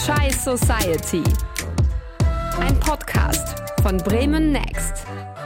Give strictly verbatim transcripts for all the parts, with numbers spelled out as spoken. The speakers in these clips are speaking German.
Chai Society. Ein Podcast von Bremen Next.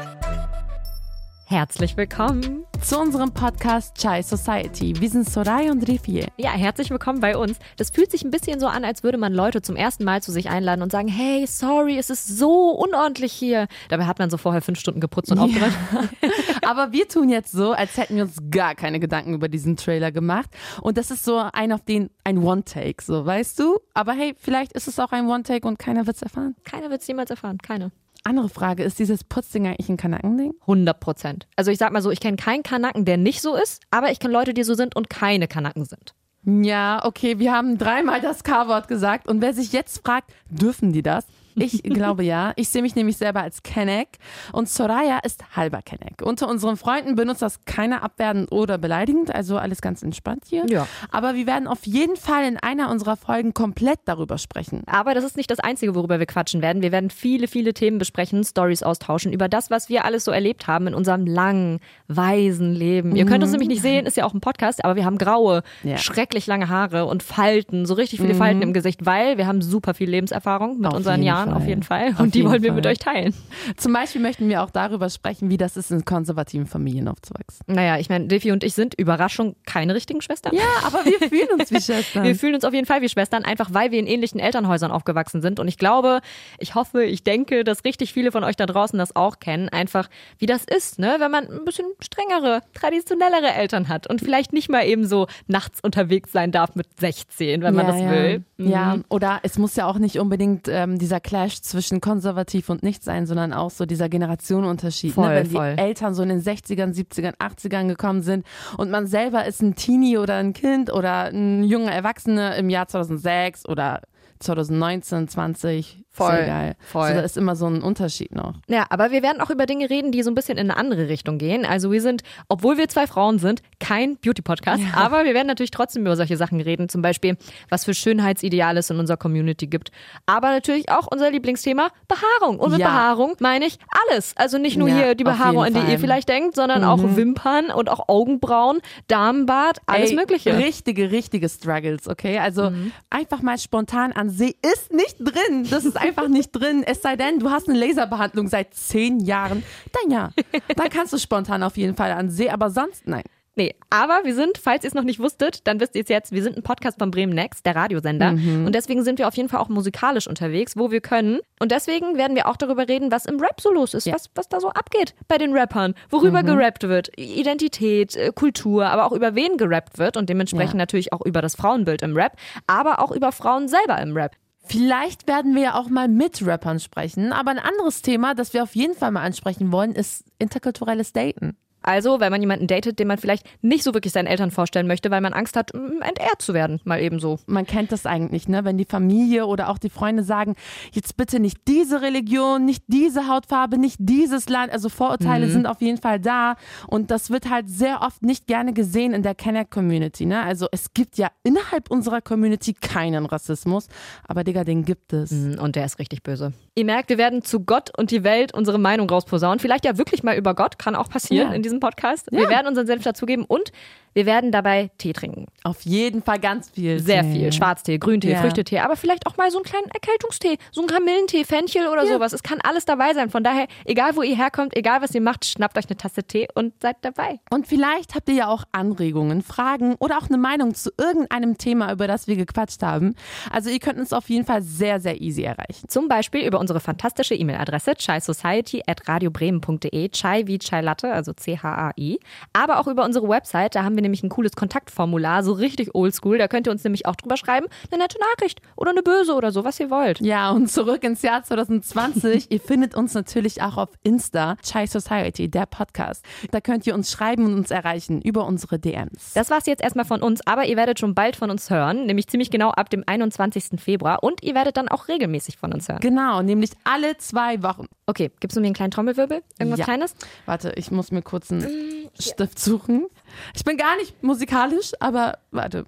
Herzlich willkommen zu unserem Podcast Chai Society. Wir sind Soraya und Refie. Ja, herzlich willkommen bei uns. Das fühlt sich ein bisschen so an, als würde man Leute zum ersten Mal zu sich einladen und sagen, hey, sorry, es ist so unordentlich hier. Dabei hat man so vorher fünf Stunden geputzt und aufgeräumt. Ja. Aber wir tun jetzt so, als hätten wir uns gar keine Gedanken über diesen Trailer gemacht. Und das ist so ein auf den, ein One-Take, so, weißt du? Aber hey, vielleicht ist es auch ein One-Take und keiner wird es erfahren. Keiner wird es jemals erfahren, keine. Andere Frage, ist dieses Putzding eigentlich ein Kanackending? hundert Prozent. Also ich sag mal so, ich kenne keinen Kanaken, der nicht so ist, aber ich kenne Leute, die so sind und keine Kanaken sind. Ja, okay, wir haben dreimal das K-Wort gesagt und wer sich jetzt fragt, dürfen die das? Ich glaube ja. Ich sehe mich nämlich selber als Kenneck und Soraya ist halber Kenneck. Unter unseren Freunden benutzt das keiner abwertend oder beleidigend, also alles ganz entspannt hier. Ja. Aber wir werden auf jeden Fall in einer unserer Folgen komplett darüber sprechen. Aber das ist nicht das Einzige, worüber wir quatschen werden. Wir werden viele, viele Themen besprechen, Storys austauschen über das, was wir alles so erlebt haben in unserem langen, weisen Leben. Mhm. Ihr könnt uns nämlich nicht sehen, ist ja auch ein Podcast, aber wir haben graue, ja. schrecklich lange Haare und Falten, so richtig viele mhm. Falten im Gesicht, weil wir haben super viel Lebenserfahrung mit auf unseren Jahren. Auf jeden Fall. Und Auf die wollen wir Fall. mit euch teilen. Zum Beispiel möchten wir auch darüber sprechen, wie das ist, in konservativen Familien aufzuwachsen. Naja, ich meine, Defi und ich sind, Überraschung, keine richtigen Schwestern. Ja, aber wir fühlen uns wie Schwestern. Wir fühlen uns auf jeden Fall wie Schwestern, einfach weil wir in ähnlichen Elternhäusern aufgewachsen sind. Und ich glaube, ich hoffe, ich denke, dass richtig viele von euch da draußen das auch kennen. Einfach, wie das ist, ne? Wenn man ein bisschen strengere, traditionellere Eltern hat und vielleicht nicht mal eben so nachts unterwegs sein darf mit sechzehn, wenn man ja, das ja. will. Mhm. Ja, oder es muss ja auch nicht unbedingt ähm, dieser Clash zwischen konservativ und nicht sein, sondern auch so dieser Generationenunterschied. Voll, ne? Wenn voll. die Eltern so in den sechzigern, siebzigern, achtzigern gekommen sind und man selber ist ein Teenie oder ein Kind oder ein junger Erwachsener im Jahr zweitausendsechs oder zweitausendneunzehn, zwanzig. Voll, sehr geil. voll. Also da ist immer so ein Unterschied noch. Ja, aber wir werden auch über Dinge reden, die so ein bisschen in eine andere Richtung gehen. Also wir sind, obwohl wir zwei Frauen sind, kein Beauty-Podcast, ja. aber wir werden natürlich trotzdem über solche Sachen reden. Zum Beispiel, was für Schönheitsideale es in unserer Community gibt. Aber natürlich auch unser Lieblingsthema, Behaarung. Und mit ja. Behaarung meine ich alles. Also nicht nur ja, hier die Behaarung, an die Fall. ihr vielleicht denkt, sondern mhm. auch Wimpern und auch Augenbrauen, Damenbart, alles Ey, Mögliche. Richtige, richtige Struggles, okay? Also mhm. einfach mal spontan an See ist nicht drin. Das ist einfach nicht drin. Es sei denn, du hast eine Laserbehandlung seit zehn Jahren. Dann ja, dann kannst du spontan auf jeden Fall an See, aber sonst nein. Nee, aber wir sind, falls ihr es noch nicht wusstet, dann wisst ihr es jetzt, wir sind ein Podcast von Bremen Next, der Radiosender. Mhm. Und deswegen sind wir auf jeden Fall auch musikalisch unterwegs, wo wir können. Und deswegen werden wir auch darüber reden, was im Rap so los ist, ja. was, was da so abgeht bei den Rappern, worüber mhm. gerappt wird, Identität, Kultur, aber auch über wen gerappt wird und dementsprechend ja. natürlich auch über das Frauenbild im Rap, aber auch über Frauen selber im Rap. Vielleicht werden wir ja auch mal mit Rappern sprechen, aber ein anderes Thema, das wir auf jeden Fall mal ansprechen wollen, ist interkulturelles Daten. Also, wenn man jemanden datet, den man vielleicht nicht so wirklich seinen Eltern vorstellen möchte, weil man Angst hat, entehrt zu werden, mal eben so. Man kennt das eigentlich, ne? Wenn die Familie oder auch die Freunde sagen, jetzt bitte nicht diese Religion, nicht diese Hautfarbe, nicht dieses Land. Also Vorurteile mhm. sind auf jeden Fall da und das wird halt sehr oft nicht gerne gesehen in der Kenner-Community, ne? Also es gibt ja innerhalb unserer Community keinen Rassismus, aber Digga, den gibt es. Und der ist richtig böse. Ihr merkt, wir werden zu Gott und die Welt unsere Meinung rausposaunen. Vielleicht ja wirklich mal über Gott, kann auch passieren ja. in diesem Podcast. Ja. Wir werden unseren Senf dazugeben und wir werden dabei Tee trinken. Auf jeden Fall ganz viel. Sehr Tee. viel. Schwarztee, Grüntee, ja. Früchtetee, aber vielleicht auch mal so einen kleinen Erkältungstee, so einen Kamillentee, Fenchel oder ja. sowas. Es kann alles dabei sein. Von daher, egal wo ihr herkommt, egal was ihr macht, schnappt euch eine Tasse Tee und seid dabei. Und vielleicht habt ihr ja auch Anregungen, Fragen oder auch eine Meinung zu irgendeinem Thema, über das wir gequatscht haben. Also ihr könnt uns auf jeden Fall sehr, sehr easy erreichen. Zum Beispiel über unsere fantastische E-Mail-Adresse chai society at radiobremen punkt de, Chai wie Chai Latte, also C H A I. Aber auch über unsere Website, da haben wir nämlich ein cooles Kontaktformular, so richtig oldschool. Da könnt ihr uns nämlich auch drüber schreiben, eine nette Nachricht oder eine böse oder so, was ihr wollt. Ja, und zurück ins Jahr zwanzig zwanzig. Ihr findet uns natürlich auch auf Insta, Chai Society, der Podcast. Da könnt ihr uns schreiben und uns erreichen über unsere D Ms. Das war's jetzt erstmal von uns, aber ihr werdet schon bald von uns hören, nämlich ziemlich genau ab dem einundzwanzigsten Februar und ihr werdet dann auch regelmäßig von uns hören. Genau, nämlich alle zwei Wochen. Okay, gibst du mir einen kleinen Trommelwirbel? Irgendwas ja. Kleines? Warte, ich muss mir kurz einen mm, Stift suchen. Ich bin gar nicht musikalisch, aber warte.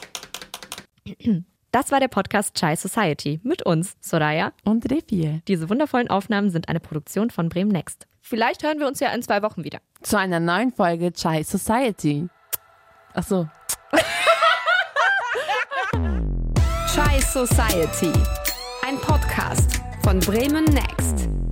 Das war der Podcast Chai Society mit uns, Soraya und Refie. Diese wundervollen Aufnahmen sind eine Produktion von Bremen Next. Vielleicht hören wir uns ja in zwei Wochen wieder. Zu einer neuen Folge Chai Society. Ach so. Shy Society. Ein Podcast von Bremen Next.